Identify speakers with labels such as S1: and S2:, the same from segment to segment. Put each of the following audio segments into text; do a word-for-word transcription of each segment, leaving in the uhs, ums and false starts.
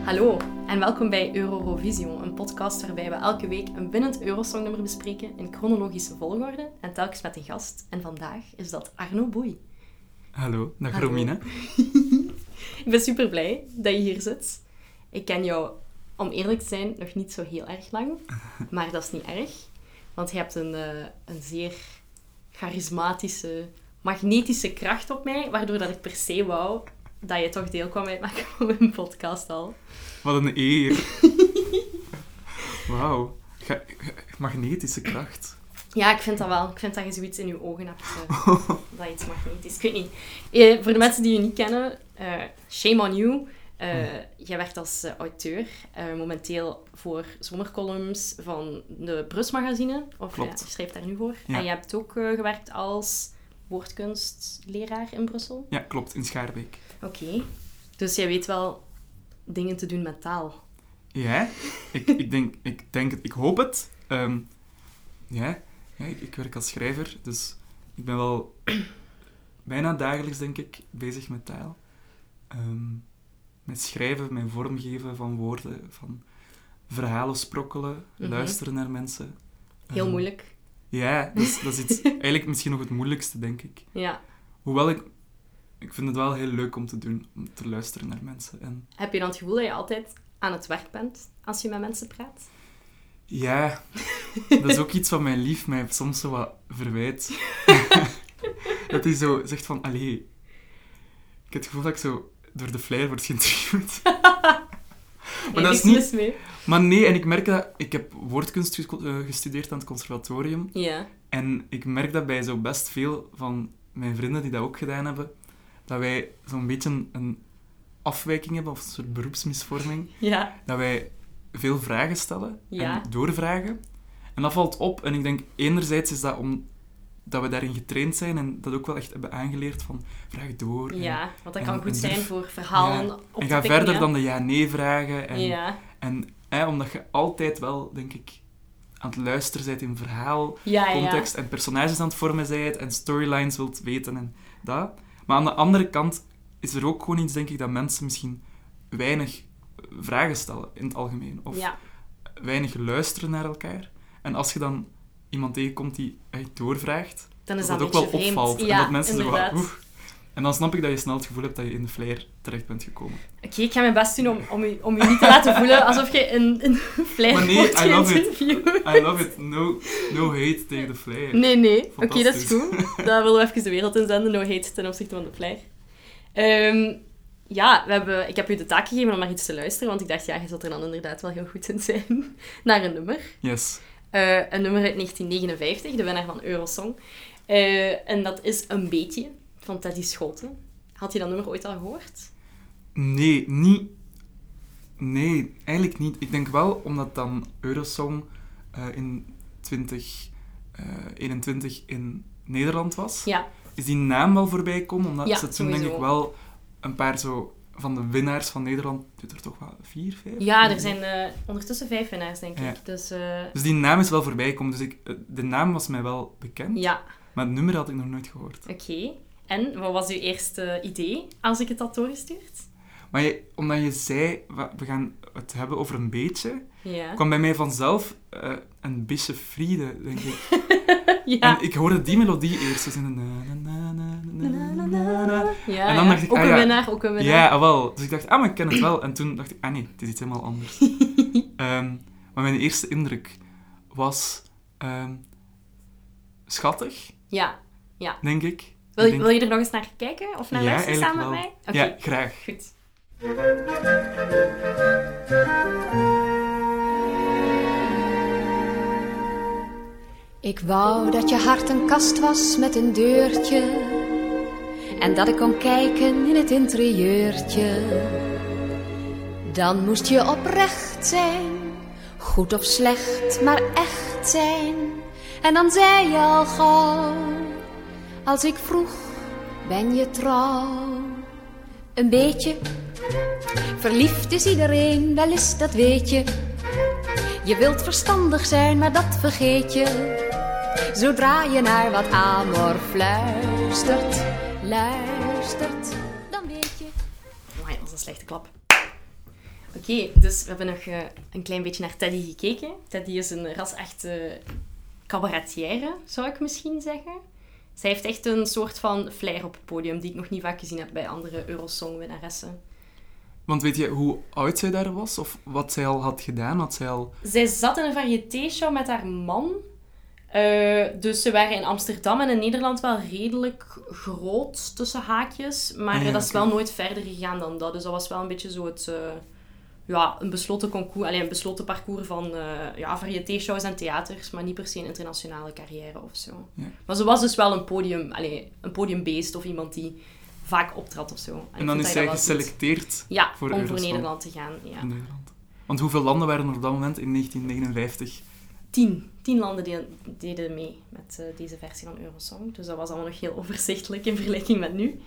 S1: Hallo en welkom bij Eurovisio, een podcast waarbij we elke week een winnend Eurosongnummer bespreken in chronologische volgorde en telkens met een gast. En vandaag is dat Arno Boei.
S2: Hallo, dag
S1: Hallo.
S2: Romina.
S1: Ik ben super blij dat je hier zit. Ik ken jou, om eerlijk te zijn, nog niet zo heel erg lang, maar dat is niet erg, want je hebt een, uh, een zeer charismatische, magnetische kracht op mij, waardoor dat ik per se wou dat je toch deel kwam uitmaken van mijn podcast al.
S2: Wat een eer. Wauw. Ga- ga- magnetische kracht.
S1: Ja, ik vind dat wel. Ik vind dat je zoiets in je ogen hebt. Uh, dat iets magnetisch. Ik weet niet. Uh, voor de mensen die je niet kennen, uh, shame on you. Uh, jij werkt als uh, auteur, uh, momenteel voor zomercolumns van de Brus magazine. Of ja, je schrijft daar nu voor.
S2: Ja.
S1: En je hebt ook uh, gewerkt als woordkunstleraar in Brussel.
S2: Ja, klopt. In Schaarbeek.
S1: Oké. Okay. Dus jij weet wel dingen te doen met taal.
S2: Ja, ik, ik, denk, ik denk het. Ik hoop het. Um, ja, ja ik, ik werk als schrijver, dus ik ben wel bijna dagelijks, denk ik, bezig met taal. Um, met schrijven, met vormgeven van woorden, van verhalen sprokkelen, mm-hmm. luisteren naar mensen.
S1: Heel um, moeilijk.
S2: Ja, dat is, dat is iets, eigenlijk misschien nog het moeilijkste, denk ik.
S1: Ja.
S2: Hoewel ik... Ik vind het wel heel leuk om te doen, om te luisteren naar mensen. En...
S1: Heb je dan het gevoel dat je altijd aan het werk bent als je met mensen praat?
S2: Ja, dat is ook iets wat mijn lief mij soms zo wat verwijt. Dat hij zo zegt van, allee, ik heb het gevoel dat ik zo door de flyer word geïnterviewd.
S1: Maar
S2: nee,
S1: dat is niet... mis mee.
S2: Maar nee, en ik merk dat... Ik heb woordkunst gestudeerd aan het conservatorium.
S1: Ja.
S2: En ik merk dat bij zo best veel van mijn vrienden die dat ook gedaan hebben, dat wij zo'n beetje een, een afwijking hebben, of een soort beroepsmisvorming.
S1: Ja.
S2: Dat wij veel vragen stellen
S1: ja.
S2: en doorvragen. En dat valt op. En ik denk, enerzijds is dat omdat we daarin getraind zijn en dat ook wel echt hebben aangeleerd van vraag door. En,
S1: ja, want dat
S2: en,
S1: kan goed
S2: en
S1: zijn
S2: durf,
S1: voor verhalen
S2: ja,
S1: op
S2: en
S1: te
S2: ga
S1: pikken,
S2: verder
S1: ja.
S2: dan de ja-nee-vragen. En,
S1: ja.
S2: en eh, omdat je altijd wel, denk ik, aan het luisteren bent in verhaal,
S1: ja,
S2: context
S1: ja.
S2: en personages aan het vormen bent en storylines wilt weten en dat. Maar aan de andere kant is er ook gewoon iets, denk ik, dat mensen misschien weinig vragen stellen in het algemeen. Of
S1: ja.
S2: weinig luisteren naar elkaar. En als je dan iemand tegenkomt die echt doorvraagt,
S1: dan is
S2: dat,
S1: dat
S2: dat ook wel
S1: vreemd.
S2: opvalt.
S1: Ja,
S2: en dat mensen
S1: inderdaad.
S2: zo wat, oef. En dan snap ik dat je snel het gevoel hebt dat je in de flyer terecht bent gekomen.
S1: Oké, okay, ik ga mijn best doen om, om, je, om je niet te laten voelen alsof je in een flyer
S2: maar nee,
S1: wordt
S2: I love
S1: geïnterviewd.
S2: it. I love it. No, no hate tegen de flyer.
S1: Nee, nee. Oké, okay, dat is goed. Dat willen we even de wereld inzenden. No hate ten opzichte van de flyer. Um, ja, we hebben, ik heb u de taak gegeven om naar iets te luisteren, want ik dacht, ja, je zult er dan inderdaad wel heel goed in zijn. Naar een nummer.
S2: Yes.
S1: Uh, een nummer uit negentien negenenvijftig, de winnaar van Eurosong. Uh, en dat is Een Beetje, van Teddy Scholten. Had je dat nummer ooit al gehoord?
S2: Nee, niet... Nee, eigenlijk niet. Ik denk wel, omdat dan Eurosong uh, in twintig eenentwintig in Nederland was,
S1: ja.
S2: is die naam wel voorbij gekomen, omdat
S1: ja,
S2: ze toen
S1: sowieso.
S2: denk ik wel een paar zo van de winnaars van Nederland, doet er toch wel vier, vijf?
S1: Ja, er zijn uh, ondertussen vijf winnaars, denk
S2: ja.
S1: ik. Dus, uh...
S2: dus die naam is wel voorbij gekomen, dus ik, de naam was mij wel bekend,
S1: ja.
S2: maar het nummer had ik nog nooit gehoord.
S1: Oké. Okay. En, wat was uw eerste idee als ik het had doorgestuurd?
S2: Maar je, omdat je zei, we gaan het hebben over een beetje,
S1: ja.
S2: kwam bij mij vanzelf uh, een beetje Friede, denk ik.
S1: ja.
S2: En ik hoorde die melodie eerst, dus in een... Na, na, na, na, na, na, na.
S1: Ja,
S2: en dan
S1: ja.
S2: dacht ik,
S1: ook
S2: ah,
S1: een
S2: ja,
S1: winnaar, ook een winnaar.
S2: Ja, wel. Dus ik dacht, ah, maar ik ken het wel. En toen dacht ik, ah nee, het is iets helemaal anders. um, maar mijn eerste indruk was um, schattig.
S1: Ja, ja.
S2: Denk ik.
S1: Wil je,
S2: denk...
S1: wil je er nog eens naar kijken? Of naar
S2: ja,
S1: luisteren samen
S2: wel.
S1: met mij? Okay.
S2: Ja, graag.
S1: Goed.
S3: Ik wou dat je hart een kast was met een deurtje en dat ik kon kijken in het interieurtje. Dan moest je oprecht zijn, goed of slecht, maar echt zijn. En dan zei je al gauw, als ik vroeg, ben je trouw? Een beetje, verliefd is iedereen, wel eens dat weet je. Je wilt verstandig zijn, maar dat vergeet je. Zodra je naar wat amor fluistert, luistert, dan weet je.
S1: Amai, dat was een slechte klap. Oké, okay, dus we hebben nog uh, een klein beetje naar Teddy gekeken. Teddy is een ras-echte cabaretière, zou ik misschien zeggen. Zij heeft echt een soort van flair op het podium die ik nog niet vaak gezien heb bij andere Eurosong-winnaressen.
S2: Want weet je hoe oud zij daar was? Of wat zij al had gedaan? Had zij al...
S1: Zij zat in een variété-show met haar man. Uh, dus ze waren in Amsterdam en in Nederland wel redelijk groot, tussen haakjes. Maar
S2: ah, ja,
S1: dat is
S2: okay.
S1: wel nooit verder gegaan dan dat. Dus dat was wel een beetje zo het... Uh, ja, een besloten concours, alleen een besloten parcours van uh, ja, variété-shows en theaters, maar niet per se een internationale carrière of zo.
S2: Ja.
S1: Maar ze was dus wel een podium, allee, een podiumbeest of iemand die vaak optrad of zo. En,
S2: en dan is zij geselecteerd
S1: ja,
S2: voor
S1: om
S2: Eurosong.
S1: voor Nederland te gaan. Ja.
S2: Nederland. Want hoeveel landen waren er op dat moment in negentien negenenvijftig?
S1: Tien. Tien landen deden, deden mee met uh, deze versie van Eurosong. Dus dat was allemaal nog heel overzichtelijk in vergelijking met nu.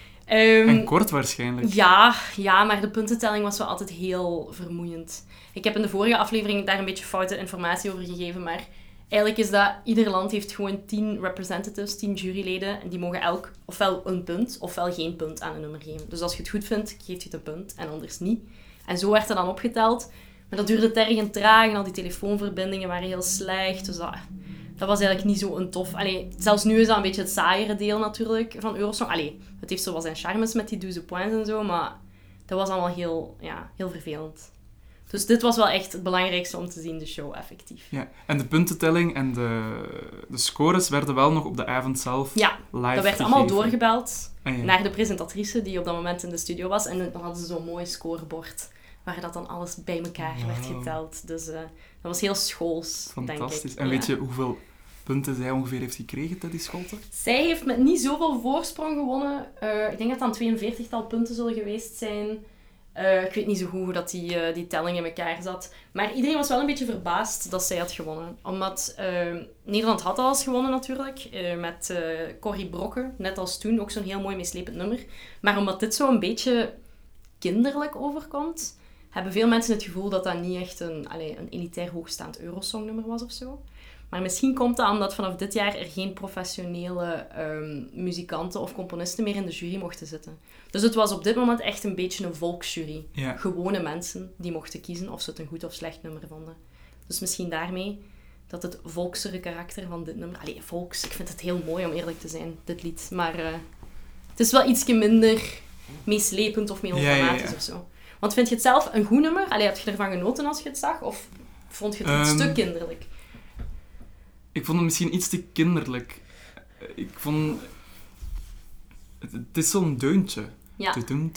S1: Um,
S2: en kort waarschijnlijk.
S1: Ja, ja, maar de puntentelling was wel altijd heel vermoeiend. Ik heb in de vorige aflevering daar een beetje foute informatie over gegeven, maar eigenlijk is dat... Ieder land heeft gewoon tien representatives, tien juryleden, en die mogen elk ofwel een punt, ofwel geen punt aan een nummer geven. Dus als je het goed vindt, geeft je het een punt, en anders niet. En zo werd het dan opgeteld. Maar dat duurde tergend traag, en al die telefoonverbindingen waren heel slecht, dus dat... Dat was eigenlijk niet zo een tof... Allee, zelfs nu is dat een beetje het saaiere deel natuurlijk van Eurosong. Allee, het heeft zo wel zijn charmes met die douze points en zo, maar dat was allemaal heel, ja, heel vervelend. Dus dit was wel echt het belangrijkste om te zien, de show, effectief.
S2: Ja, en de puntentelling en de, de scores werden wel nog op de avond zelf
S1: ja,
S2: live
S1: dat werd
S2: gegeven.
S1: allemaal doorgebeld
S2: ah, ja.
S1: naar de presentatrice die op dat moment in de studio was. En dan hadden ze zo'n mooi scorebord waar dat dan alles bij elkaar wow. werd geteld. Dus uh, dat was heel schools,
S2: fantastisch.
S1: denk ik.
S2: Fantastisch. En
S1: ja.
S2: weet je hoeveel punten zij ongeveer heeft gekregen, Teddy Scholten?
S1: Zij heeft met niet zoveel voorsprong gewonnen. Uh, ik denk dat het dan tweeënveertigtal punten zullen geweest zijn. Uh, ik weet niet zo goed hoe dat die, uh, die telling in elkaar zat. Maar iedereen was wel een beetje verbaasd dat zij had gewonnen. Omdat uh, Nederland had al eens gewonnen natuurlijk. Uh, met uh, Corrie Brokke, net als toen. Ook zo'n heel mooi meeslepend nummer. Maar omdat dit zo een beetje kinderlijk overkomt, hebben veel mensen het gevoel dat dat niet echt een, allez, een elitair hoogstaand Eurosongnummer was of zo. Maar misschien komt dat omdat vanaf dit jaar er geen professionele um, muzikanten of componisten meer in de jury mochten zitten. Dus het was op dit moment echt een beetje een volksjury.
S2: Ja.
S1: Gewone mensen die mochten kiezen of ze het een goed of slecht nummer vonden. Dus misschien daarmee dat het volksere karakter van dit nummer... Allee, volks, ik vind het heel mooi om eerlijk te zijn, dit lied. Maar uh, het is wel ietsje minder meeslepend of melodramatisch ja, ja, ja. of zo. Want vind je het zelf een goed nummer? Allee, heb je ervan genoten als je het zag? Of vond je het een um... stuk kinderlijk?
S2: Ik vond het misschien iets te kinderlijk. Ik vond... Het, het is zo'n deuntje.
S1: Ja.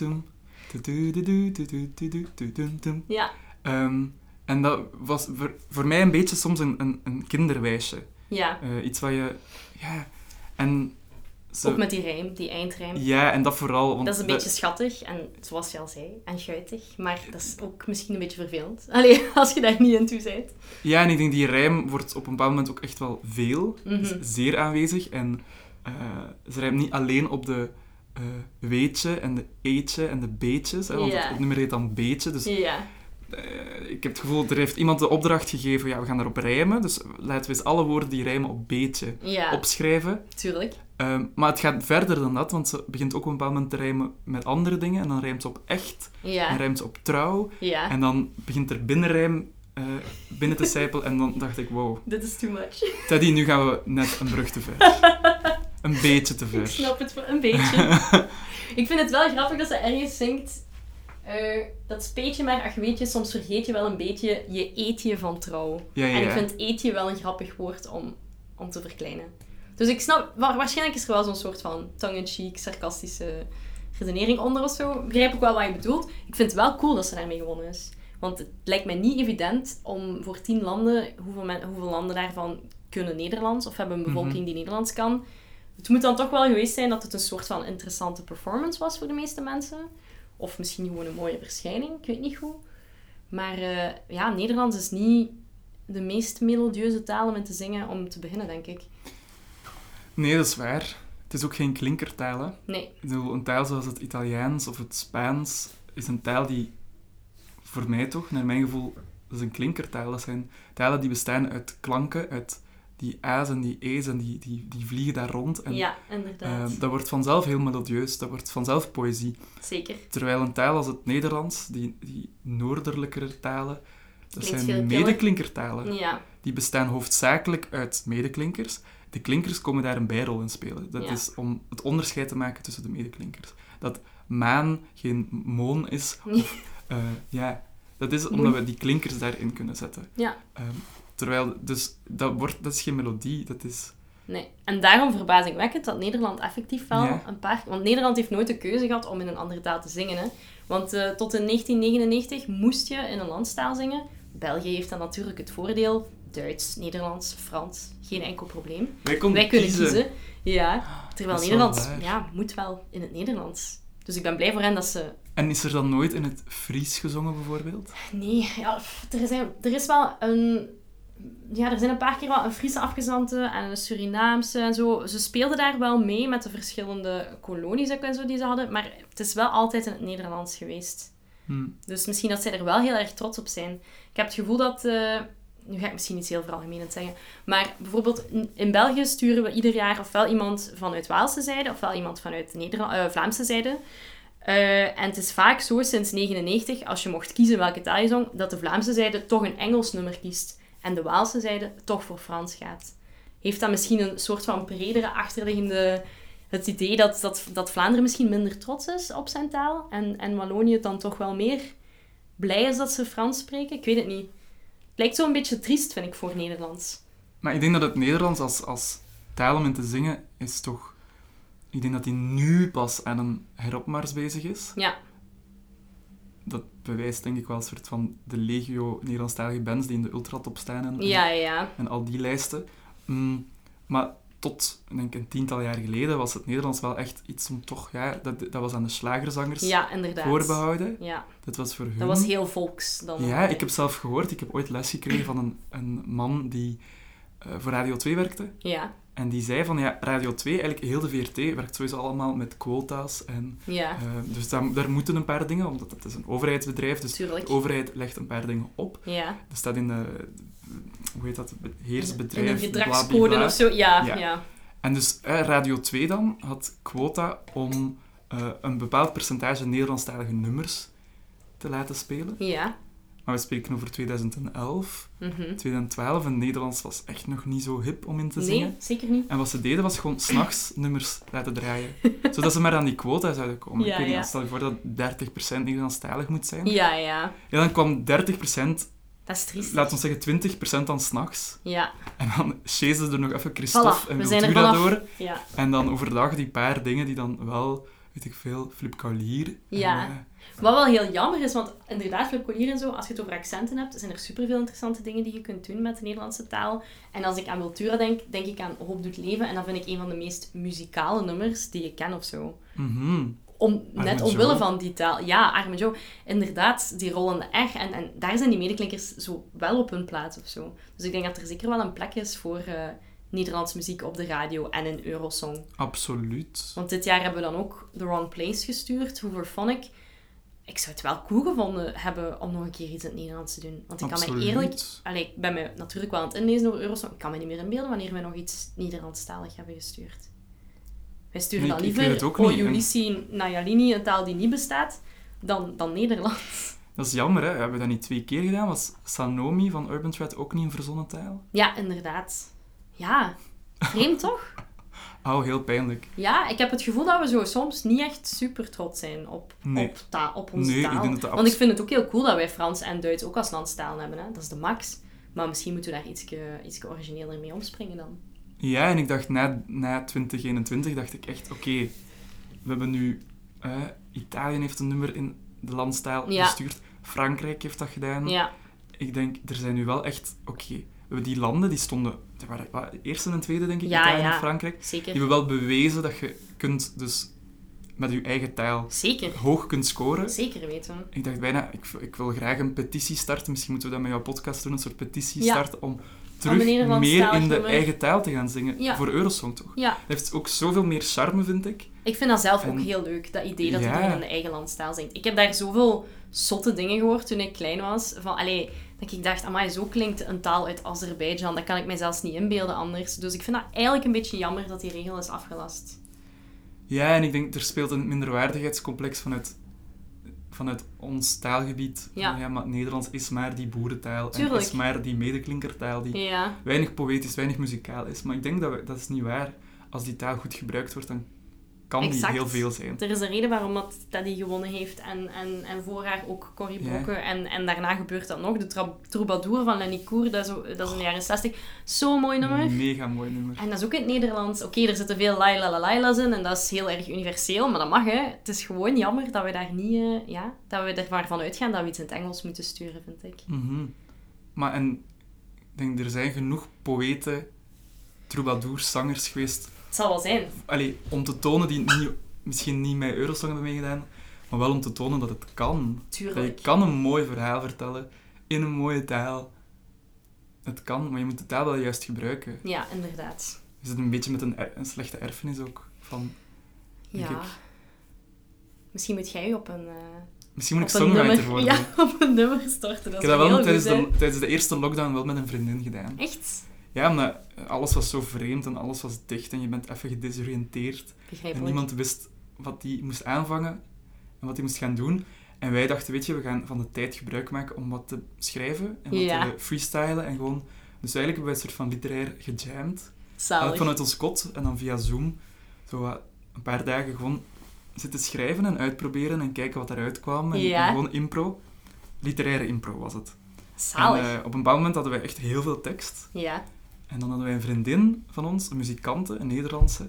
S1: Ja.
S2: Um, en dat was voor, voor mij een beetje soms een, een, een kinderwijsje.
S1: Ja.
S2: Uh, iets wat je... Ja. En...
S1: Zo, ook met die rijm, die eindrijm.
S2: Ja, en dat vooral... Want
S1: dat is een dat... beetje schattig, en zoals je al zei, en guitig. Maar dat is ook misschien een beetje vervelend. Allee, als je daar niet in toe bent.
S2: Ja, en ik denk die rijm wordt op een bepaald moment ook echt wel veel.
S1: Mm-hmm.
S2: Is zeer aanwezig. En uh, ze rijmt niet alleen op de uh, weetje en de eetje en de beetjes. Hè, want
S1: ja.
S2: het, het nummer heet dan beetje. Dus
S1: ja.
S2: uh, ik heb het gevoel, er heeft iemand de opdracht gegeven, ja, we gaan daarop rijmen. Dus laten we eens alle woorden die rijmen op beetje
S1: ja.
S2: opschrijven.
S1: Tuurlijk.
S2: Um, maar het gaat verder dan dat, want ze begint ook op een bepaald moment te rijmen met andere dingen. En dan rijmt ze op echt.
S1: Ja.
S2: En rijmt ze op trouw.
S1: Ja.
S2: En dan begint er binnenrijm uh, binnen te sijpelen. En dan dacht ik, wow.
S1: Dit is too much.
S2: Teddy, nu gaan we net een brug te ver. Een beetje te ver.
S1: Ik snap het, een beetje. Ik vind het wel grappig dat ze ergens zingt... Uh, dat speetje maar, ach weet je, soms vergeet je wel een beetje je eetje van trouw.
S2: Ja, ja, ja.
S1: En ik vind eetje wel een grappig woord om, om te verkleinen. Dus ik snap, waarschijnlijk is er wel zo'n soort van tongue-in-cheek, sarcastische redenering onder of zo. Ik begrijp ook wel wat je bedoelt. Ik vind het wel cool dat ze daarmee gewonnen is. Want het lijkt mij niet evident om voor tien landen, hoeveel, men, hoeveel landen daarvan kunnen Nederlands of hebben een bevolking mm-hmm. die Nederlands kan. Het moet dan toch wel geweest zijn dat het een soort van interessante performance was voor de meeste mensen. Of misschien gewoon een mooie verschijning, ik weet niet hoe. Maar uh, ja, Nederlands is niet de meest melodieuze taal om in te zingen om te beginnen, denk ik.
S2: Nee, dat is waar. Het is ook geen klinkertaal, hè?
S1: Nee.
S2: Ik bedoel, een taal zoals het Italiaans of het Spaans is een taal die, voor mij toch, naar mijn gevoel, dat is een klinkertaal. Dat zijn talen die bestaan uit klanken, uit die A's en die E's en die, die, die vliegen daar rond. En,
S1: Ja, inderdaad.
S2: uh, dat wordt vanzelf heel melodieus, dat wordt vanzelf poëzie.
S1: Zeker.
S2: Terwijl een taal als het Nederlands, die, die noordelijkere talen, dat
S1: Klinkt veel
S2: zijn
S1: killer.
S2: medeklinkertalen.
S1: Ja,
S2: Die bestaan hoofdzakelijk uit medeklinkers. De klinkers komen daar een bijrol in spelen. Dat
S1: Ja.
S2: is om het onderscheid te maken tussen de medeklinkers. Dat maan geen moon is. Of, uh, ja, dat is omdat we die klinkers daarin kunnen zetten.
S1: ja.
S2: Um, terwijl, dus, dat, wordt, dat is geen melodie, dat is...
S1: Nee. En daarom verbazingwekkend dat Nederland effectief wel
S2: Ja.
S1: een paar... Want Nederland heeft nooit de keuze gehad om in een andere taal te zingen. Hè. Want uh, tot in negentien negenennegentig moest je in een landstaal zingen. België heeft dan natuurlijk het voordeel. Duits, Nederlands, Frans, geen enkel probleem.
S2: Wij, konden
S1: Wij kunnen
S2: kiezen.
S1: kiezen. Ja. Terwijl
S2: Dat is wel
S1: Nederland
S2: waar.
S1: ja, moet wel in het Nederlands. Dus ik ben blij voor hen dat ze...
S2: En is er dan nooit in het Fries gezongen, bijvoorbeeld?
S1: Nee, ja, er, zijn, er is wel een... Ja, er zijn een paar keer wel een Friese afgezanten en een Surinaamse en zo. Ze speelden daar wel mee met de verschillende kolonies en zo die ze hadden. Maar het is wel altijd in het Nederlands geweest.
S2: Hm.
S1: Dus misschien dat zij er wel heel erg trots op zijn. Ik heb het gevoel dat... Uh, nu ga ik misschien iets heel veralgemenend zeggen. Maar bijvoorbeeld in, in België sturen we ieder jaar ofwel iemand vanuit Waalse zijde, ofwel iemand vanuit Nederland, uh, Vlaamse zijde. Uh, en het is vaak zo, sinds negenennegentig, als je mocht kiezen welke taal je zong, dat de Vlaamse zijde toch een Engels nummer kiest. En de Waalse zijde toch voor Frans gaat. Heeft dat misschien een soort van bredere achterliggende... Het idee dat, dat, dat Vlaanderen misschien minder trots is op zijn taal. En, en Wallonië dan toch wel meer blij is dat ze Frans spreken. Ik weet het niet. Het lijkt zo een beetje triest, vind ik, voor Nederlands.
S2: Maar ik denk dat het Nederlands als, als taal om in te zingen is toch... Ik denk dat die nu pas aan een heropmars bezig is.
S1: Ja.
S2: Dat bewijst denk ik wel een soort van de legio Nederlandstalige bands die in de ultratop staan en,
S1: Ja, ja.
S2: en al die lijsten. Mm, maar tot denk ik, een tiental jaar geleden was het Nederlands wel echt iets om toch... Ja, dat, dat was aan de slagerzangers
S1: Ja, inderdaad.
S2: voorbehouden.
S1: Ja.
S2: Dat was voor hun.
S1: Dat was heel volks dan.
S2: Ja, ik heb zelf gehoord, ik heb ooit les gekregen van een, een man die uh, voor Radio twee werkte.
S1: Ja.
S2: En die zei van, ja, Radio twee, eigenlijk heel de V R T, werkt sowieso allemaal met quota's. En,
S1: Ja.
S2: uh, dus daar, daar moeten een paar dingen, omdat het is een overheidsbedrijf, dus
S1: Tuurlijk.
S2: de overheid legt een paar dingen op.
S1: Ja.
S2: Dat staat in de, hoe heet dat, heersbedrijf,
S1: In een
S2: bla,
S1: gedragscode
S2: bla, bla.
S1: of zo. Ja,
S2: Ja.
S1: ja.
S2: En dus uh, Radio twee dan had quota om uh, een bepaald percentage Nederlandstalige nummers te laten spelen.
S1: Ja.
S2: Maar we spreken over tweeduizend elf,
S1: Mhm.
S2: tweeduizend twaalf en Nederlands was echt nog niet zo hip om in te zingen.
S1: Nee, zeker niet.
S2: En wat ze deden was gewoon 's nachts nummers laten draaien. Zodat ze maar aan die quota zouden komen.
S1: Ja,
S2: Ik weet niet,
S1: ja.
S2: stel je voor dat dertig procent Nederlandstalig moet zijn.
S1: Ja, ja.
S2: Ja, dan kwam dertig procent,
S1: Dat is triest.
S2: laten we zeggen twintig procent dan 's nachts.
S1: Ja.
S2: En dan chasen er nog even Christophe
S1: Voilà,
S2: en
S1: we zijn er
S2: Wiltura
S1: vanaf.
S2: door.
S1: Ja.
S2: En dan overdag die paar dingen die dan wel, weet ik veel, Flip Kaulier.
S1: Ja.
S2: En, uh,
S1: Wat wel heel jammer is, want inderdaad, Flip Kaulier en zo, als je het over accenten hebt, zijn er superveel interessante dingen die je kunt doen met de Nederlandse taal. En als ik aan Wiltura denk, denk ik aan Hoop doet leven. En dat vind ik een van de meest muzikale nummers die ik ken of zo.
S2: mhm.
S1: Om, net
S2: Arme
S1: omwille
S2: Joe.
S1: van die taal. Ja, Arme Joe. Inderdaad, die rollende R. En, en daar zijn die medeklinkers zo wel op hun plaats of zo. Dus ik denk dat er zeker wel een plek is voor uh, Nederlands muziek op de radio en in Eurosong.
S2: Absoluut.
S1: Want dit jaar hebben we dan ook The Wrong Place gestuurd, Hooverphonic. Ik zou het wel cool gevonden hebben om nog een keer iets in het Nederlands te doen. Want ik kan
S2: Absoluut.
S1: me eerlijk... Allee, ik ben me natuurlijk wel aan het inlezen over Eurosong. Ik kan me niet meer inbeelden wanneer wij nog iets Nederlandstalig hebben gestuurd. Wij sturen
S2: Nee,
S1: dan
S2: ik- ik weet
S1: liever
S2: het ook niet.
S1: O Ulyssi Najalini, een taal die niet bestaat, dan, dan Nederlands.
S2: Dat is jammer, hè. We hebben dat niet twee keer gedaan. Was Sanomi van Urban Thread ook niet een verzonnen taal?
S1: Ja, inderdaad. Ja, vreemd toch?
S2: Oh, heel pijnlijk.
S1: Ja, ik heb het gevoel dat we zo soms niet echt super trots zijn op,
S2: Nee.
S1: op, ta- op onze
S2: Nee, ik
S1: taal.
S2: denk dat dat
S1: Want ik
S2: abs-
S1: vind het ook heel cool dat wij Frans en Duits ook als landstaal hebben. Hè? Dat is de max. Maar misschien moeten we daar iets origineler mee omspringen dan.
S2: Ja, en ik dacht na, na twintig eenentwintig dacht ik echt, oké, we hebben nu... eh, Italië heeft een nummer in de landstaal
S1: Ja.
S2: gestuurd. Frankrijk heeft dat gedaan.
S1: Ja,
S2: Ik denk, er zijn nu wel echt... Oké, we hebben die landen, die stonden... Er waren wat, eerste en tweede, denk ik,
S1: Ja,
S2: Italië
S1: ja.
S2: en Frankrijk. Die
S1: zeker.
S2: hebben wel bewezen dat je kunt dus met je eigen taal
S1: Zeker.
S2: hoog kunt scoren.
S1: Zeker weten we.
S2: Ik dacht bijna, ik, ik wil graag een petitie starten. Misschien moeten we dat met jouw podcast doen, een soort petitie
S1: Ja.
S2: starten om
S1: Om
S2: terug
S1: een Nederlandstalig
S2: meer in de
S1: nummer.
S2: eigen taal te gaan zingen.
S1: Ja.
S2: Voor Eurosong toch?
S1: Ja,
S2: Dat heeft ook zoveel meer charme, vind ik.
S1: ik vind dat zelf ook
S2: En-
S1: heel leuk, dat idee dat
S2: Ja.
S1: iedereen in de eigen landstaal zingt. Ik heb daar zoveel zotte dingen gehoord toen ik klein was. Van, allee, dat ik dacht, amai, zo klinkt een taal uit Azerbeidzjan. Dat kan ik mij zelfs niet inbeelden anders. Dus ik vind dat eigenlijk een beetje jammer dat die regel is afgelast.
S2: Ja, en ik denk, er speelt een minderwaardigheidscomplex vanuit, vanuit ons taalgebied.
S1: Ja.
S2: Van, ja, maar Nederlands is maar die boerentaal. En
S1: Tuurlijk.
S2: is maar die medeklinkertaal die
S1: Ja,
S2: weinig poëtisch, weinig muzikaal is. Maar ik denk dat we, dat is niet waar. Als die taal goed gebruikt wordt, dan kan
S1: exact.
S2: die heel veel zijn.
S1: Er is een reden waarom dat, dat die gewonnen heeft. En, en, en voor haar ook Corrie
S2: Ja.
S1: Brokke. En, en daarna gebeurt dat nog. De tra- Troubadour van Lenny Koer, dat is, zo- dat is in de jaren zestig. Zo'n mooi nummer.
S2: Mega mooi nummer.
S1: En dat is ook in het Nederlands. Oké, er zitten veel lailalailas in en dat is heel erg universeel, maar dat mag, hè. Het is gewoon jammer dat we daar niet... eh, ja, dat we ervan uitgaan dat we iets in het Engels moeten sturen, vind ik.
S2: Mhm. Maar en, ik denk, er zijn genoeg poëten, troubadours, zangers geweest,
S1: Het zal wel zijn.
S2: allee, om te tonen die niet, misschien niet met Eurosong hebben meegedaan, maar wel om te tonen dat het kan. Dat je
S1: Tuurlijk.
S2: kan een mooi verhaal vertellen in een mooie taal. Het kan, maar je moet de taal wel juist gebruiken.
S1: Ja, inderdaad.
S2: Je zit een beetje met een, er- een slechte erfenis ook. Van, denk
S1: Ja.
S2: ik.
S1: Misschien moet jij op een... eh,
S2: Misschien moet ik
S1: op een
S2: songwriter
S1: nummer,
S2: worden.
S1: ja, op een nummer starten. Dat
S2: Ik heb dat
S1: zou
S2: wel
S1: heel goed
S2: tijdens
S1: zijn.
S2: de, tijdens de eerste lockdown wel met een vriendin gedaan.
S1: Echt?
S2: Ja, omdat alles was zo vreemd en alles was dicht en je bent even gedesoriënteerd. En
S1: Begrijpelijk.
S2: niemand wist wat die moest aanvangen en wat hij moest gaan doen. En wij dachten, weet je, we gaan van de tijd gebruik maken om wat te schrijven en wat
S1: Ja.
S2: te freestylen. En gewoon... Dus eigenlijk hebben wij een soort van literair gejamd.
S1: Zalig.
S2: Eigenlijk vanuit ons kot en dan via Zoom zo wat een paar dagen gewoon zitten schrijven en uitproberen en kijken wat eruit kwam. En,
S1: Ja.
S2: en gewoon impro. Literaire impro was het.
S1: Zalig.
S2: En eh, op een bepaald moment hadden wij echt heel veel tekst.
S1: Ja.
S2: En dan hadden wij een vriendin van ons, een muzikante, een Nederlandse,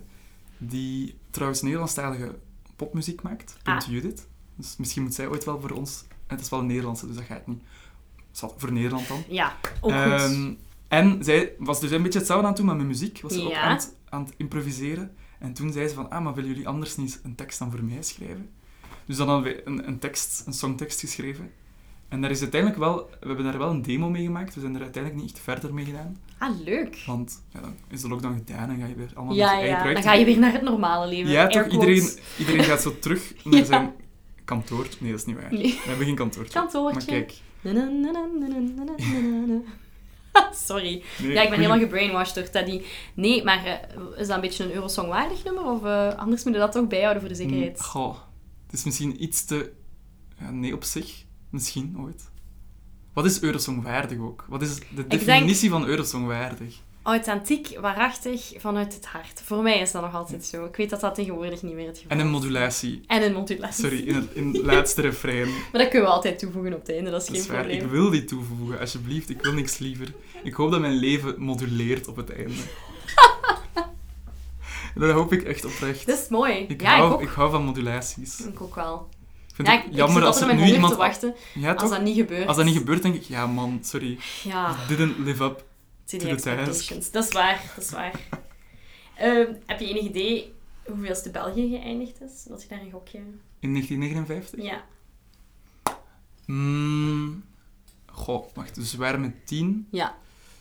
S2: die trouwens Nederlandstalige popmuziek maakt. Punt
S1: Ah.
S2: Judith. Dus misschien moet zij ooit wel voor ons... Het is wel een Nederlandse, dus dat gaat niet. Zal voor Nederland dan.
S1: Ja, ook goed.
S2: Ehm, en zij was dus een beetje hetzelfde aan het doen, maar met muziek. Was ze ook
S1: Ja.
S2: aan het, aan het improviseren. En toen zei ze van, ah, maar willen jullie anders niet eens een tekst dan voor mij schrijven? Dus dan hadden we een, een tekst, een songtekst geschreven. En daar is uiteindelijk wel... We hebben daar wel een demo mee gemaakt. We zijn er uiteindelijk niet echt verder mee gedaan.
S1: Ah, leuk.
S2: Want ja, dan is de lockdown gedaan en ga je weer allemaal
S1: Ja,
S2: met je eigen
S1: ja. Dan
S2: projecten.
S1: ga je weer naar het normale leven.
S2: Ja,
S1: Air
S2: toch?
S1: quotes.
S2: Iedereen, iedereen gaat zo terug naar
S1: Ja.
S2: zijn kantoor. Nee, dat is niet waar.
S1: Nee.
S2: We hebben geen kantoortje.
S1: Kantoortje.
S2: Maar kijk.
S1: Na, na, na, na, na, na, na, na, na. Sorry.
S2: Nee,
S1: Ja, ik ben
S2: goeie-
S1: helemaal gebrainwashed door Teddy. Nee, maar eh, is dat een beetje een Eurosong-waardig nummer? Of eh, anders moeten we dat toch bijhouden voor de zekerheid?
S2: Mm, Goh, het is misschien iets te... Ja, nee, op zich. Misschien, ooit. Wat is Eurosong waardig ook? Wat is de
S1: denk-
S2: definitie van Eurosong waardig?
S1: Authentiek, waarachtig, vanuit het hart. Voor mij is dat nog altijd zo. Ik weet dat dat tegenwoordig niet meer het geval
S2: En een
S1: is.
S2: modulatie.
S1: En een modulatie.
S2: Sorry, in het, in het laatste refrein.
S1: Maar dat kunnen we altijd toevoegen op het einde, dat is
S2: Dat
S1: geen
S2: is waar.
S1: probleem.
S2: Ik wil die toevoegen, alsjeblieft. Ik wil niks liever. Ik hoop dat mijn leven moduleert op het einde. Dat hoop ik echt oprecht.
S1: Dat is mooi.
S2: Ik,
S1: ja,
S2: hou,
S1: ik ook.
S2: ik hou van modulaties.
S1: Ik ook wel.
S2: Ik vind
S1: Ja,
S2: het
S1: ik, ik
S2: jammer
S1: zit
S2: als
S1: altijd
S2: er
S1: met
S2: nu
S1: honger
S2: iemand...
S1: te wachten.
S2: Ja,
S1: Als
S2: toch?
S1: dat niet gebeurt.
S2: Als dat niet gebeurt, denk ik... Ja, man, sorry.
S1: Ja,
S2: Didn't live up.
S1: to the
S2: to the task.
S1: expectations. Dat is waar, dat is waar. Ehm, heb je enig idee hoeveelste België geëindigd is? Wil je daar een gokje...
S2: In negentien negenenvijftig?
S1: Ja.
S2: Mm, goh, wacht. Dus we waren met tien.
S1: Ja,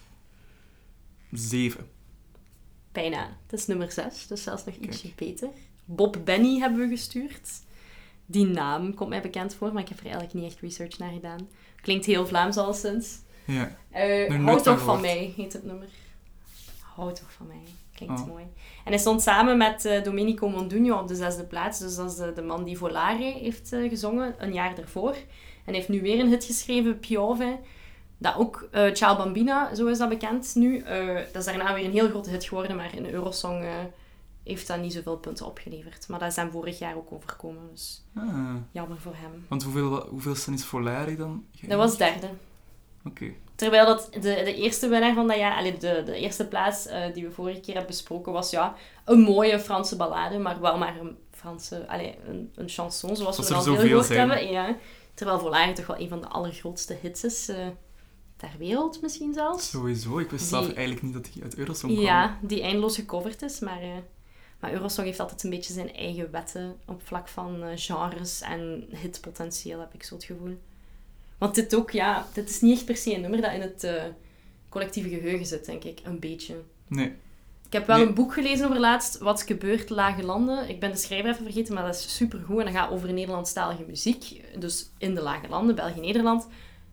S2: Zeven.
S1: bijna. Het is nummer zes, dus zelfs nog ietsje beter. Bob Benny hebben we gestuurd. Die naam komt mij bekend voor, maar ik heb er eigenlijk niet echt research naar gedaan. Klinkt heel Vlaams al sinds.
S2: Ja.
S1: Eh
S2: nooit
S1: Houd
S2: van
S1: toch van
S2: gehoord.
S1: mij, heet het nummer. Houd toch van mij. Klinkt
S2: Oh.
S1: mooi. En hij stond samen met eh, Domenico Mondugno op de zesde plaats. Dus dat is de, de man die Volare heeft eh, gezongen, een jaar daarvoor. En hij heeft nu weer een hit geschreven, Piove. Dat ook, eh Ciao Bambina, zo is dat bekend nu. Eh, dat is daarna weer een heel grote hit geworden, maar in de Eurosong eh, heeft dat niet zoveel punten opgeleverd. Maar dat is hem vorig jaar ook overkomen, dus
S2: Ah.
S1: jammer voor hem.
S2: Want hoeveel, hoeveelste is Volari dan?
S1: Dat was derde.
S2: Oké.
S1: Terwijl dat de, de eerste winnaar van dat jaar, allee, de, de eerste plaats eh, die we vorige keer hebben besproken, was ja, een mooie Franse ballade, maar wel maar een Franse, allee, een, een chanson, zoals
S2: Als
S1: we
S2: er
S1: er al veel
S2: zoveel
S1: gehoord
S2: zijn.
S1: hebben. Ja. Terwijl Volare toch wel een van de allergrootste hits is eh, ter wereld misschien zelfs.
S2: Sowieso. Ik wist
S1: Die-
S2: zelf eigenlijk niet dat hij uit Eurosong kwam.
S1: Ja, die eindeloos gecoverd is, maar, eh, maar Eurosong heeft altijd een beetje zijn eigen wetten op vlak van eh, genres en hitpotentieel, heb ik zo het gevoel. Want dit ook, ja, dit is niet echt per se een nummer dat in het eh, collectieve geheugen zit, denk ik. Een beetje.
S2: Nee.
S1: Ik heb wel
S2: Nee.
S1: een boek gelezen over laatst, Wat gebeurt Lage Landen. Ik ben de schrijver even vergeten, maar dat is supergoed. En dat gaat over Nederlandstalige muziek. Dus in de Lage Landen, België-Nederland.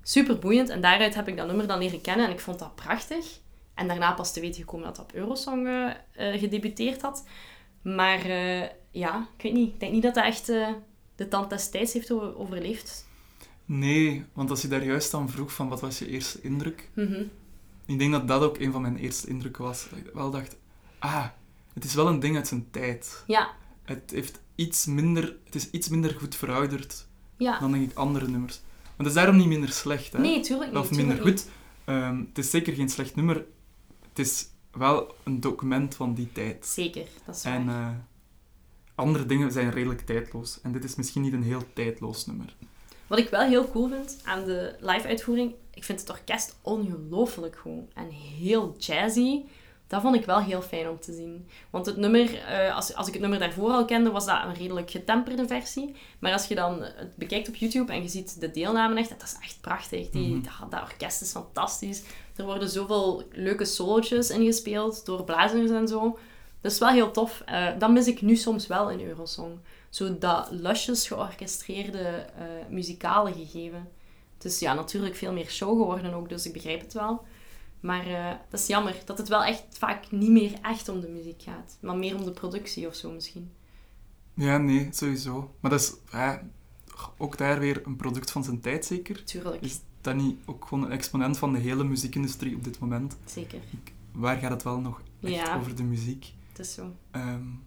S1: Super boeiend. En daaruit heb ik dat nummer dan leren kennen. En ik vond dat prachtig. En daarna pas te weten gekomen dat dat op Eurosong uh, uh, gedebuteerd had. Maar uh, ja, ik weet niet. Ik denk niet dat dat echt uh, de tand des tijds heeft over- overleefd.
S2: Nee, want als je daar juist aan vroeg van wat was je eerste indruk...
S1: Mm-hmm.
S2: Ik denk dat dat ook een van mijn eerste indrukken was. Dat ik wel dacht, ah, het is wel een ding uit zijn tijd.
S1: Ja.
S2: Het, heeft iets minder, het is iets minder goed verouderd
S1: Ja.
S2: dan, denk ik, andere nummers. Maar het is daarom niet minder slecht, hè?
S1: Nee, tuurlijk niet.
S2: Of minder
S1: tuurlijk niet.
S2: goed. Um, het is zeker geen slecht nummer. Het is wel een document van die tijd.
S1: Zeker, dat is waar.
S2: En uh, andere dingen zijn redelijk tijdloos. En dit is misschien niet een heel tijdloos nummer.
S1: Wat ik wel heel cool vind aan de live-uitvoering, ik vind het orkest ongelooflijk goed en heel jazzy. Dat vond ik wel heel fijn om te zien. Want het nummer, uh, als, als ik het nummer daarvoor al kende, was dat een redelijk getemperde versie. Maar als je dan het bekijkt op YouTube en je ziet de deelnamen echt, dat is echt prachtig. Die,
S2: Mm-hmm.
S1: dat, dat orkest is fantastisch. Er worden zoveel leuke solootjes ingespeeld door blazers en zo. Dat is wel heel tof. Uh, dat mis ik nu soms wel in Eurosong. Zo dat lusjes georchestreerde uh, muzikale gegeven. Het is ja, natuurlijk veel meer show geworden ook, dus ik begrijp het wel. Maar uh, dat is jammer, dat het wel echt vaak niet meer echt om de muziek gaat. Maar meer om de productie of zo misschien.
S2: Ja, nee, sowieso. Maar dat is ja, ook daar weer een product van zijn tijd, zeker.
S1: Tuurlijk,
S2: Is dat niet ook gewoon een exponent van de hele muziekindustrie op dit moment?
S1: zeker.
S2: Waar gaat het wel nog echt
S1: Ja.
S2: over de muziek?
S1: Het is zo.
S2: Um,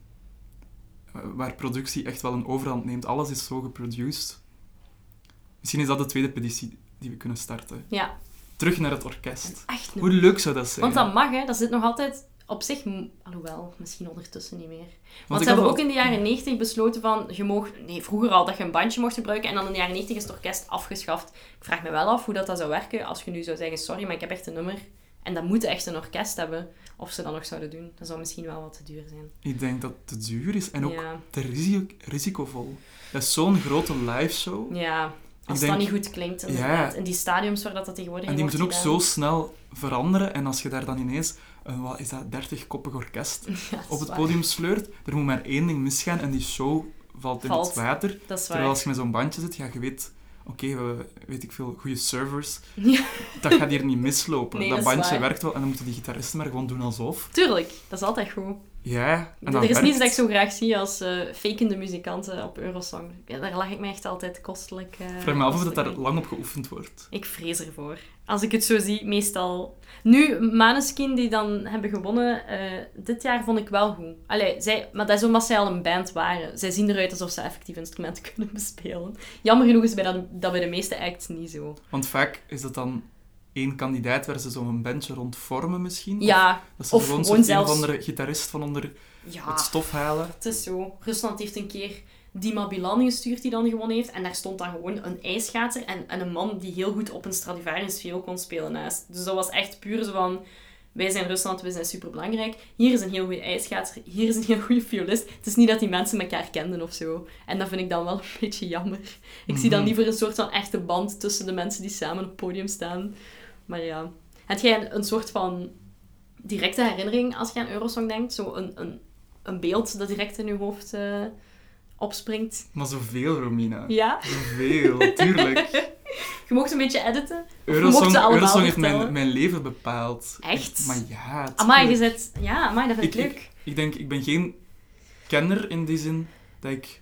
S2: waar productie echt wel een overhand neemt. Alles is zo geproduced. Misschien is dat de tweede petitie die we kunnen starten.
S1: Ja.
S2: Terug naar het orkest.
S1: Echt
S2: Hoe leuk zou dat zijn?
S1: Want dat mag, hè. Dat zit nog altijd op zich... Alhoewel, misschien ondertussen niet meer. Want,
S2: Want
S1: ze
S2: ik
S1: hebben
S2: had
S1: ook in de jaren negentig besloten van... Je mocht, nee, vroeger al dat je een bandje mocht gebruiken. En dan in de jaren negentig is het orkest afgeschaft. Ik vraag me wel af hoe dat, dat zou werken als je nu zou zeggen... Sorry, maar ik heb echt een nummer. En dat moet echt een orkest hebben. Of ze dat nog zouden doen. Dat zou misschien wel wat te duur zijn.
S2: Ik denk dat het te duur is. En ook
S1: Ja.
S2: te risico- risicovol. Dat is zo'n grote liveshow.
S1: Ja, als
S2: denk-
S1: dat niet goed klinkt. Inderdaad.
S2: Ja.
S1: In die stadiums waar dat, dat tegenwoordig
S2: En die
S1: wordt
S2: moeten ook
S1: gedaan.
S2: zo snel veranderen. En als je daar dan ineens een, wat is dat, dertig-koppig orkest
S1: Ja, dat is
S2: op het
S1: waar.
S2: podium sleurt, er moet maar één ding misgaan en die show valt in
S1: Valt.
S2: het water.
S1: Dat is
S2: Terwijl
S1: waar.
S2: als je met zo'n bandje zit, ja, je weet... Oké, we weet ik veel, goede servers.
S1: Ja.
S2: Dat gaat hier niet mislopen.
S1: Nee,
S2: dat
S1: dat is
S2: bandje
S1: waar.
S2: werkt wel en dan moeten die gitaristen maar gewoon doen alsof.
S1: Tuurlijk, dat is altijd goed.
S2: Ja, en dat
S1: Er is
S2: werkt.
S1: niets dat ik zo graag zie als uh, fakende muzikanten op Eurosong. Ja, daar lag ik me echt altijd kostelijk... Uh,
S2: Ik vraag me af of dat
S1: kostelijk
S2: daar
S1: mee.
S2: lang op geoefend wordt.
S1: Ik vrees ervoor. Als ik het zo zie, meestal... Nu, Maneskin, die dan hebben gewonnen, uh, dit jaar vond ik wel goed. Allee, zij, maar dat is omdat zij al een band waren. Zij zien eruit alsof ze effectief instrumenten kunnen bespelen. Jammer genoeg is bij dat, dat bij de meeste acts niet zo.
S2: Want vaak is dat dan één kandidaat waar ze zo'n bandje rond vormen misschien.
S1: Ja,
S2: Of dat ze
S1: of
S2: gewoon,
S1: gewoon
S2: zo'n een
S1: zelfs-
S2: of andere gitarist van onder
S1: ja.
S2: het stof halen.
S1: Het is zo. Rusland heeft een keer Dima Bilan gestuurd, die dan gewonnen heeft. En daar stond dan gewoon een ijsschaatser en, en een man die heel goed op een Stradivarius viool kon spelen naast. Dus dat was echt puur zo van... Wij zijn Rusland, wij zijn superbelangrijk. Hier is een heel goede ijsschaatser, hier is een heel goede violist. Het is niet dat die mensen elkaar kenden of zo. En dat vind ik dan wel een beetje jammer. Ik
S2: Mhm.
S1: zie dan liever een soort van echte band tussen de mensen die samen op het podium staan. Maar ja. Heb jij een, een soort van directe herinnering als je aan Eurosong denkt? Zo een, een, een beeld dat direct in je hoofd uh, opspringt?
S2: Maar zoveel, Romina.
S1: Ja?
S2: Zoveel, tuurlijk.
S1: Je mocht een beetje editen? Of je mocht
S2: Eurosong,
S1: ze allemaal
S2: Eurosong heeft
S1: vertellen?
S2: mijn, mijn leven bepaald.
S1: Echt?
S2: Ik- maar ja,
S1: Amai, je
S2: tuurlijk.
S1: zet... Ja, amai, dat vind ik,
S2: Ik-
S1: leuk.
S2: Ik denk, ik ben geen kenner in die zin dat ik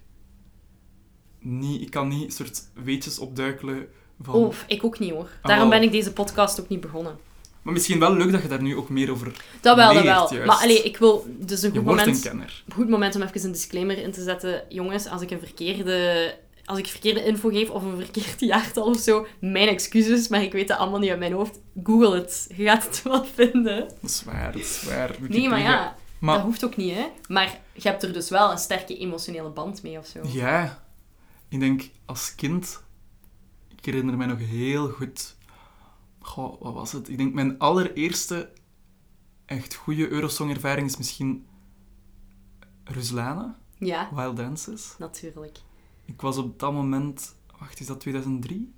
S2: niet... Ik kan niet soort weetjes opduikelen van...
S1: Oh, ik ook niet hoor. Daarom
S2: wel.
S1: ben ik deze podcast ook niet begonnen.
S2: Maar misschien wel leuk dat je daar nu ook meer over
S1: Dat wel, dat
S2: leert,
S1: wel.
S2: juist.
S1: Maar allee, ik wil... Dus een
S2: Je
S1: goed
S2: wordt een
S1: moment,
S2: kenner.
S1: goed moment om even een disclaimer in te zetten. Jongens, als ik een verkeerde... Als ik verkeerde info geef of een verkeerd jaartal of zo, mijn excuses, maar ik weet dat allemaal niet uit mijn hoofd. Google het. Je gaat het wel vinden.
S2: Dat is waar, dat is waar.
S1: Nee, maar ja,
S2: Maar
S1: dat hoeft ook niet, hè. Maar je hebt er dus wel een sterke emotionele band mee of zo.
S2: ja, ik denk als kind... Ik herinner me nog heel goed... Goh, wat was het? Ik denk mijn allereerste echt goede Eurosong-ervaring is misschien Ruslana,
S1: Ja,
S2: Wild Dances.
S1: natuurlijk.
S2: Ik was op dat moment... Wacht, is dat tweeduizend drie?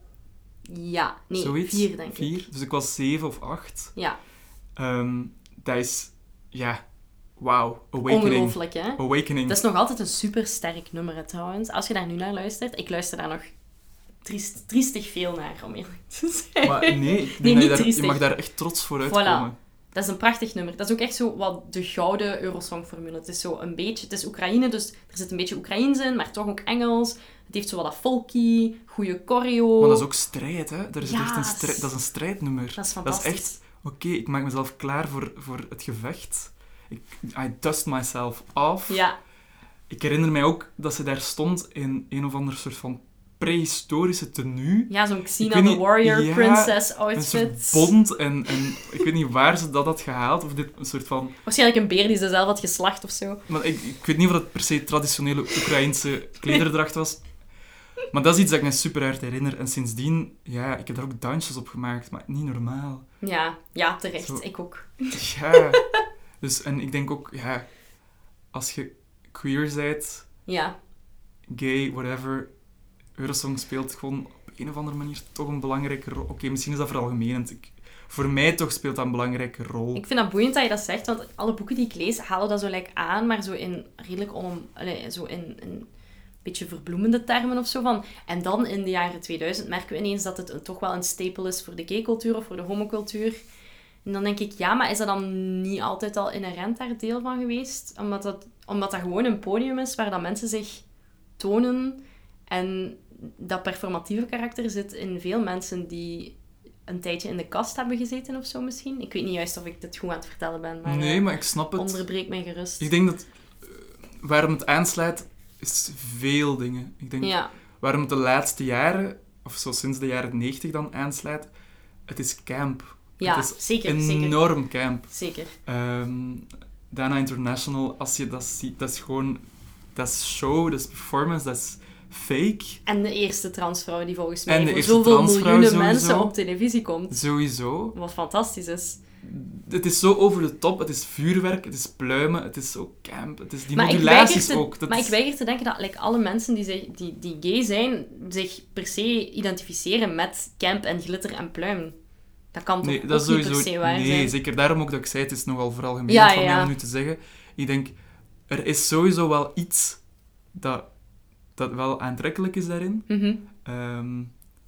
S1: Ja, nee,
S2: Zoiets?
S1: vier denk ik.
S2: Vier. Dus ik was zeven of acht.
S1: Ja,
S2: Ehm, dat is... Ja, wauw. Awakening.
S1: ongelooflijk, hè.
S2: Awakening.
S1: Dat is nog altijd een super sterk nummer, hè, trouwens. Als je daar nu naar luistert, ik luister daar nog triest, triestig veel naar, om eerlijk te zijn.
S2: Maar nee, ik
S1: Nee,
S2: denk dat
S1: niet
S2: je, daar, je
S1: triestig.
S2: mag daar echt trots voor uitkomen.
S1: Voilà. Dat is een prachtig nummer. Dat is ook echt zo wat de gouden Eurosong-formule. Het is zo een beetje... Het is Oekraïne, dus er zit een beetje Oekraïens in, maar toch ook Engels. Het heeft zo wat dat folky, goede choreo.
S2: Maar dat is ook strijd, hè. Er is
S1: Ja,
S2: echt een strijd, dat is een strijdnummer.
S1: Dat is
S2: Dat
S1: fantastisch.
S2: is echt... Oké, ik maak mezelf klaar voor, voor het gevecht. Ik, I dust myself off.
S1: Ja,
S2: Ik herinner mij ook dat ze daar stond in een of ander soort van prehistorische tenue.
S1: ja zo'n Xena
S2: weet
S1: the
S2: niet-
S1: Warrior
S2: ja,
S1: Princess
S2: Een
S1: outfit.
S2: soort bont en, en ik weet niet waar ze dat had gehaald. Of dit een soort van...
S1: Waarschijnlijk een beer die ze zelf had geslacht of zo.
S2: Maar ik, ik weet niet of dat per se traditionele Oekraïnse klederdracht was. Maar dat is iets dat ik me super hard herinner. En sindsdien, ja, ik heb daar ook dansjes op gemaakt. Maar niet normaal.
S1: Ja, ja, terecht.
S2: Zo.
S1: Ik ook.
S2: Ja. Dus, en ik denk ook, ja... Als je queer bent,
S1: Ja,
S2: gay, whatever... Eurosong speelt gewoon op een of andere manier toch een belangrijke rol. Oké, misschien is dat veralgemenend. Ik, voor mij toch speelt dat een belangrijke rol.
S1: ik vind dat boeiend dat je dat zegt, want alle boeken die ik lees halen dat zo like aan, maar zo in redelijk on, allee, zo in, in een beetje verbloemende termen of zo van. En dan in de jaren tweeduizend merken we ineens dat het een, toch wel een staple is voor de gaycultuur of voor de homocultuur. En dan denk ik, ja, maar is dat dan niet altijd al inherent daar deel van geweest? Omdat dat, omdat dat gewoon een podium is waar dat mensen zich tonen. En dat performatieve karakter zit in veel mensen die een tijdje in de kast hebben gezeten of zo misschien. Ik weet niet juist of ik dit goed aan het vertellen ben, maar,
S2: Nee,
S1: eh,
S2: maar ik snap het.
S1: onderbreek mij gerust.
S2: Ik denk dat... eh, waarom het aansluit, is veel dingen. Ik denk,
S1: Ja,
S2: waarom het de laatste jaren, of zo sinds de jaren negentig dan aansluit, het is camp.
S1: ja
S2: het is
S1: zeker, zeker.
S2: enorm camp.
S1: Zeker.
S2: Ehm, Dana International, als je dat ziet, dat is gewoon... Dat is show, dat is performance, dat is fake.
S1: En de eerste transvrouw die volgens
S2: En
S1: mij
S2: de
S1: voor
S2: eerste
S1: zoveel
S2: transvrouw
S1: miljoenen
S2: sowieso.
S1: mensen op televisie komt.
S2: Sowieso.
S1: Wat fantastisch is.
S2: Het is zo over de top, het is vuurwerk, het is pluimen, het is zo camp, het is die
S1: Maar ik
S2: modulaties
S1: weiger te,
S2: ook. Dat
S1: maar
S2: is...
S1: ik weiger te denken dat like, alle mensen die, zich, die, die gay zijn, zich per se identificeren met camp en glitter en pluim. Dat kan toch
S2: Nee,
S1: ook
S2: dat is
S1: niet per
S2: sowieso...
S1: se waar
S2: Nee,
S1: zijn?
S2: zeker. Daarom ook dat ik zei, het is nogal vooral gemeen
S1: Ja,
S2: van
S1: ja.
S2: mij om nu te zeggen. Ik denk, er is sowieso wel iets dat, dat wel aantrekkelijk is daarin.
S1: Mhm.
S2: Ehm,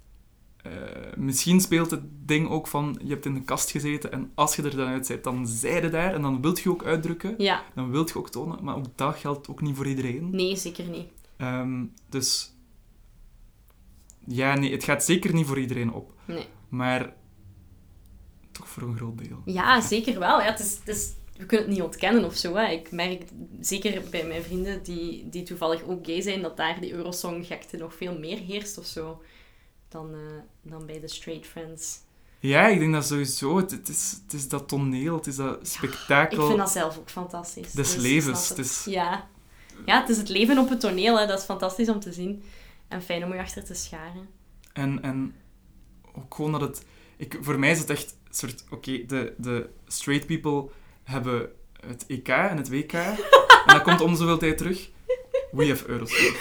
S2: eh, misschien speelt het ding ook van, je hebt in de kast gezeten en als je er dan uit bent, dan zij je daar en dan wilt je ook uitdrukken.
S1: Ja,
S2: Dan wilt je ook tonen, maar ook dat geldt ook niet voor iedereen.
S1: nee, zeker niet.
S2: Ehm, dus... Ja, nee, het gaat zeker niet voor iedereen op.
S1: Nee.
S2: Maar toch voor een groot deel.
S1: Ja, zeker wel. Ja, het is, het is, we kunnen het niet ontkennen of zo. Hè. Ik merk zeker bij mijn vrienden die, die toevallig ook gay zijn, dat daar die Eurosong-gekte nog veel meer heerst of zo dan, uh, dan bij de straight friends.
S2: Ja, ik denk dat sowieso. Het, het, is, het is dat toneel, het is dat spektakel.
S1: Ik vind dat zelf ook fantastisch.
S2: Des
S1: Dus ik
S2: levens,
S1: snap
S2: het is-
S1: Ja. ja, het is het leven op het toneel. Hè. Dat is fantastisch om te zien. En fijn om je achter te scharen.
S2: En, en ook gewoon dat het... Ik, voor mij is het echt een soort... Oké, de, de straight people hebben het E K en het W K. En dat komt om zoveel tijd terug. We have Eurosong.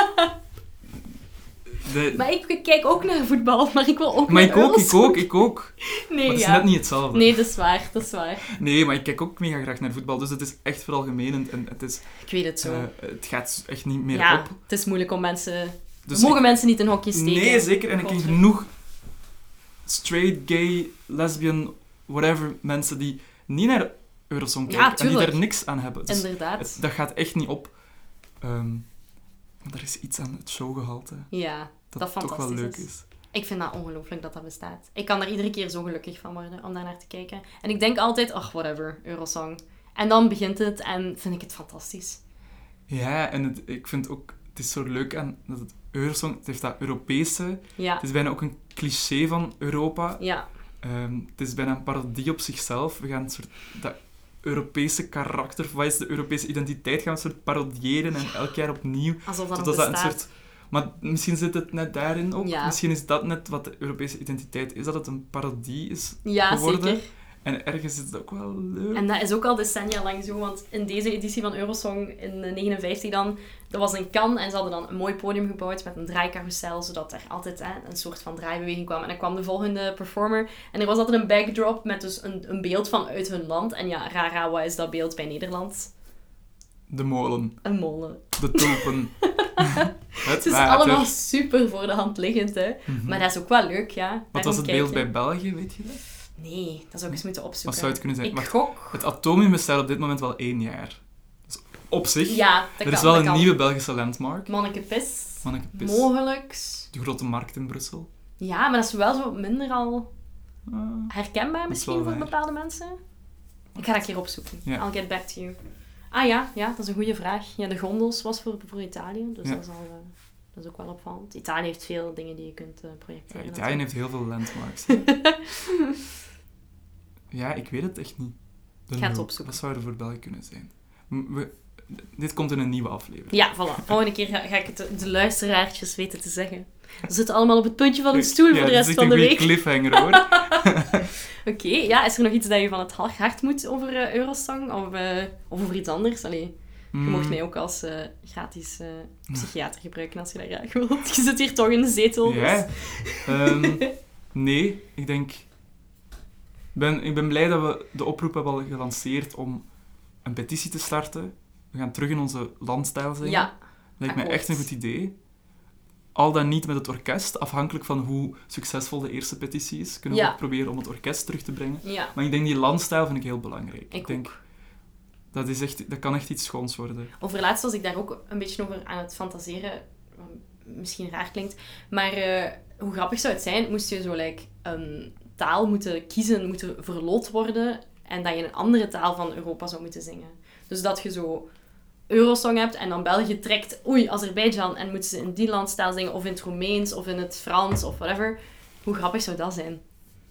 S2: De,
S1: Maar ik kijk ook naar voetbal, maar ik wil ook
S2: maar
S1: naar
S2: ik ook, ik
S1: Eurosong.
S2: ook, ik ook.
S1: Nee,
S2: Maar het is
S1: ja.
S2: net niet hetzelfde.
S1: Nee, dat is waar. Dat is waar.
S2: Nee, maar ik kijk ook mega graag naar voetbal. Dus het is echt veralgemenend. En het, is,
S1: Ik weet het zo.
S2: eh, het gaat echt niet meer
S1: ja,
S2: op.
S1: het is moeilijk om mensen...
S2: Dus
S1: we mogen
S2: ik-
S1: mensen niet in hokjes steken.
S2: Nee, zeker. En ik ken
S1: Godver-
S2: genoeg straight, gay, lesbian, whatever mensen die niet naar Eurosong
S1: Ja,
S2: kijken en die
S1: tuurlijk.
S2: daar niks aan hebben. Dus
S1: Inderdaad.
S2: het- dat gaat echt niet op. Ehm, maar er is iets aan het showgehalte
S1: Ja,
S2: dat,
S1: dat
S2: toch wel
S1: fantastisch
S2: leuk
S1: is.
S2: is.
S1: ik vind dat ongelooflijk dat dat bestaat. Ik kan er iedere keer zo gelukkig van worden om daar naar te kijken. En ik denk altijd, ach, whatever, Eurosong. En dan begint het en vind ik het fantastisch.
S2: Ja, en het, ik vind ook... Het is zo leuk aan dat het Eurosong... Het heeft dat Europese...
S1: Ja,
S2: Het is bijna ook een cliché van Europa.
S1: ja,
S2: Ehm, het is bijna een parodie op zichzelf. We gaan een soort... Dat Europese karakter, of wat is de Europese identiteit, gaan we een soort parodiëren en elk jaar opnieuw.
S1: alsof dat nog
S2: Totdat dat een
S1: bestaat.
S2: soort... Maar misschien zit het net daarin ook.
S1: Ja.
S2: Misschien is dat net wat de Europese identiteit is, dat het een parodie is
S1: Ja,
S2: geworden.
S1: zeker.
S2: En ergens is het ook wel leuk.
S1: En dat is ook al decennia lang zo, want in deze editie van Eurosong in negenenvijftig dan, dat was een kan en ze hadden dan een mooi podium gebouwd met een draaicarousel, zodat er altijd hè, een soort van draaibeweging kwam. En dan kwam de volgende performer en er was altijd een backdrop met dus een, een beeld vanuit hun land. En ja, rara, wat is dat beeld bij Nederland?
S2: De molen.
S1: Een molen.
S2: De tulpen. Het,
S1: Het is
S2: water.
S1: allemaal super voor de hand liggend, hè.
S2: Mhm.
S1: Maar dat is ook wel leuk, ja.
S2: Wat
S1: Daarom
S2: was het beeld
S1: kijken.
S2: bij België, weet je dat?
S1: Nee, dat zou ik eens moeten opzoeken.
S2: Wat zou het kunnen zijn?
S1: Ik
S2: Wacht,
S1: gok...
S2: het atomium bestaat op dit moment wel één jaar. Dus op zich,
S1: Ja, dat
S2: er
S1: kan.
S2: is wel
S1: dat
S2: een
S1: kan.
S2: nieuwe Belgische landmark.
S1: Mannekepis.
S2: Mannekepis.
S1: Mogelijk.
S2: De grote markt in Brussel.
S1: Ja, maar dat is wel zo minder al
S2: Ah,
S1: herkenbaar
S2: is
S1: misschien
S2: wel
S1: voor
S2: waar.
S1: bepaalde mensen. Ik ga dat een keer opzoeken.
S2: Ja.
S1: I'll get back to you. Ah ja, ja, dat is een goede vraag. Ja, de gondels was voor, voor Italië, dus
S2: Ja.
S1: dat, is al, uh, dat is ook wel opvallend. Italië heeft veel dingen die je kunt uh,
S2: ja,
S1: projecteren.
S2: Italië
S1: natuurlijk.
S2: heeft heel veel landmarks. Ja, ik weet het echt niet. De
S1: Ik ga het
S2: nul.
S1: opzoeken.
S2: Wat zou er voor België kunnen zijn? M- We, dit komt in een nieuwe aflevering.
S1: Ja, voilà. Volgende keer ga, ga ik het de, de luisteraartjes weten te zeggen. Ze zitten allemaal op het puntje van hun stoel voor de rest van de
S2: Dit is
S1: week.
S2: echt een goede cliffhanger, hoor.
S1: Oké, ja, is er nog iets dat je van het hart hart moet over uh, Eurosong? Of, uh, of over iets anders? Allee, je
S2: Mm,
S1: mocht mij ook als uh, gratis uh, psychiater gebruiken als je dat graag wilt. Je zit hier toch in de zetel. Dus.
S2: Ja. Ehm, nee, ik denk... Ik ben, ik ben blij dat we de oproep hebben al gelanceerd om een petitie te starten. We gaan terug in onze landstijl zingen.
S1: Ja,
S2: Lijkt mij
S1: akkoord.
S2: echt een goed idee. Al dan niet met het orkest, afhankelijk van hoe succesvol de eerste petitie is, kunnen we
S1: Ja.
S2: ook proberen om het orkest terug te brengen.
S1: ja.
S2: Maar ik denk die landstijl vind ik heel belangrijk.
S1: Ik
S2: denk,
S1: ook.
S2: dat, is echt, dat kan echt iets schoons worden.
S1: Over laatst was ik daar ook een beetje over aan het fantaseren. Wat misschien raar klinkt. Maar uh, hoe grappig zou het zijn, moest je zo like, een taal moeten kiezen, moeten verloot worden, en dat je een andere taal van Europa zou moeten zingen. Dus dat je zo Eurosong hebt en dan België trekt, oei, Azerbeidzjan, en moeten ze in die landstaal zingen, of in het Roemeens, of in het Frans, of whatever. Hoe grappig zou dat zijn?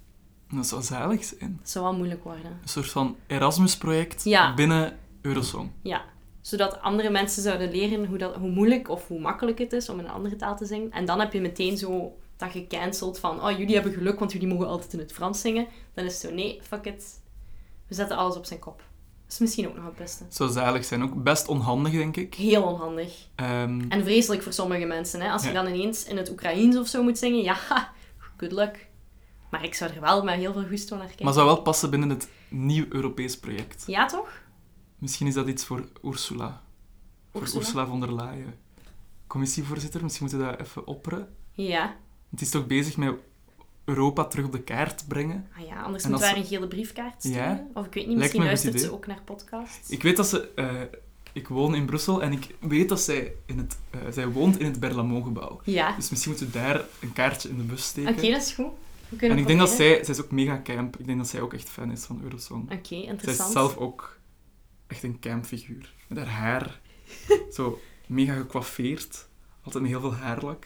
S2: Dat zou zalig zijn.
S1: Dat zou wel moeilijk worden.
S2: Een soort van Erasmus-project
S1: Ja.
S2: binnen Eurosong.
S1: Ja, zodat andere mensen zouden leren hoe, dat, hoe moeilijk of hoe makkelijk het is om in een andere taal te zingen. En dan heb je meteen zo dat gecanceld van, oh, jullie hebben geluk, want jullie mogen altijd in het Frans zingen. Dan is het zo, nee, fuck it. We zetten alles op zijn kop. Dat is misschien ook nog het beste.
S2: Het zou zalig zijn. Ook best onhandig, denk ik.
S1: Heel onhandig.
S2: Ehm,
S1: En vreselijk voor sommige mensen. Hè? Als je
S2: Ja.
S1: dan ineens in het Oekraïens of zo moet zingen, ja, good luck. Maar ik zou er wel met heel veel gusto naar kijken.
S2: maar zou wel passen binnen het nieuw Europees project.
S1: Ja, toch?
S2: Misschien is dat iets voor Ursula. Voor
S1: Ursula?
S2: Ursula von der Leyen. Commissievoorzitter, misschien moeten we dat even opperen.
S1: Ja.
S2: Want die is toch bezig met Europa terug op de kaart brengen.
S1: Ah ja, anders
S2: En
S1: moeten we
S2: als
S1: haar een gele briefkaart sturen.
S2: Ja.
S1: Of ik weet niet,
S2: Lijkt
S1: misschien
S2: me een goed
S1: luistert ze
S2: idee.
S1: ook naar podcasts.
S2: Ik weet dat ze... eh, ik woon in Brussel en ik weet dat zij, in het, eh, zij woont in het Berlaymont-gebouw.
S1: Ja.
S2: Dus misschien moeten we daar een kaartje in de bus steken.
S1: Oké, dat is goed. We
S2: En
S1: kunnen
S2: ik denk dat
S1: proberen.
S2: zij... Zij is ook mega camp. Ik denk dat zij ook echt fan is van Eurosong.
S1: Oké,
S2: Zij
S1: interessant.
S2: is zelf ook echt een campfiguur. Met haar haar. Zo mega gecoiffeerd. Altijd met heel veel haarlak.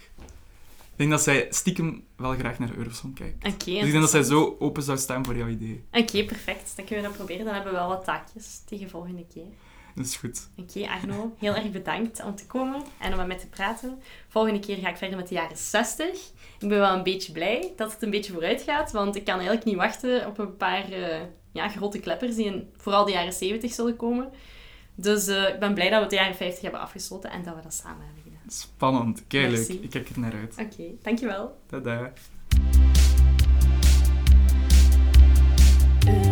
S2: Ik denk dat zij stiekem wel graag naar Eurosong kijkt.
S1: Oké,
S2: Dus ik denk dat zij
S1: interessant.
S2: zo open zou staan voor jouw idee.
S1: Oké, perfect. Dan kunnen we dat proberen. Dan hebben we wel wat taakjes tegen volgende keer.
S2: Dat is goed.
S1: Oké, Arno, heel erg bedankt om te komen en om met mij te praten. Volgende keer ga ik verder met de jaren zestig. Ik ben wel een beetje blij dat het een beetje vooruit gaat, want ik kan eigenlijk niet wachten op een paar uh, ja, grote kleppers die in vooral de jaren zeventig zullen komen. Dus uh, ik ben blij dat we de jaren vijftig hebben afgesloten en dat we dat samen hebben gedaan.
S2: Spannend. Kei leuk.
S1: Merci.
S2: Ik kijk er naar uit.
S1: Oké, okay, dankjewel.
S2: Tada.
S3: Uh.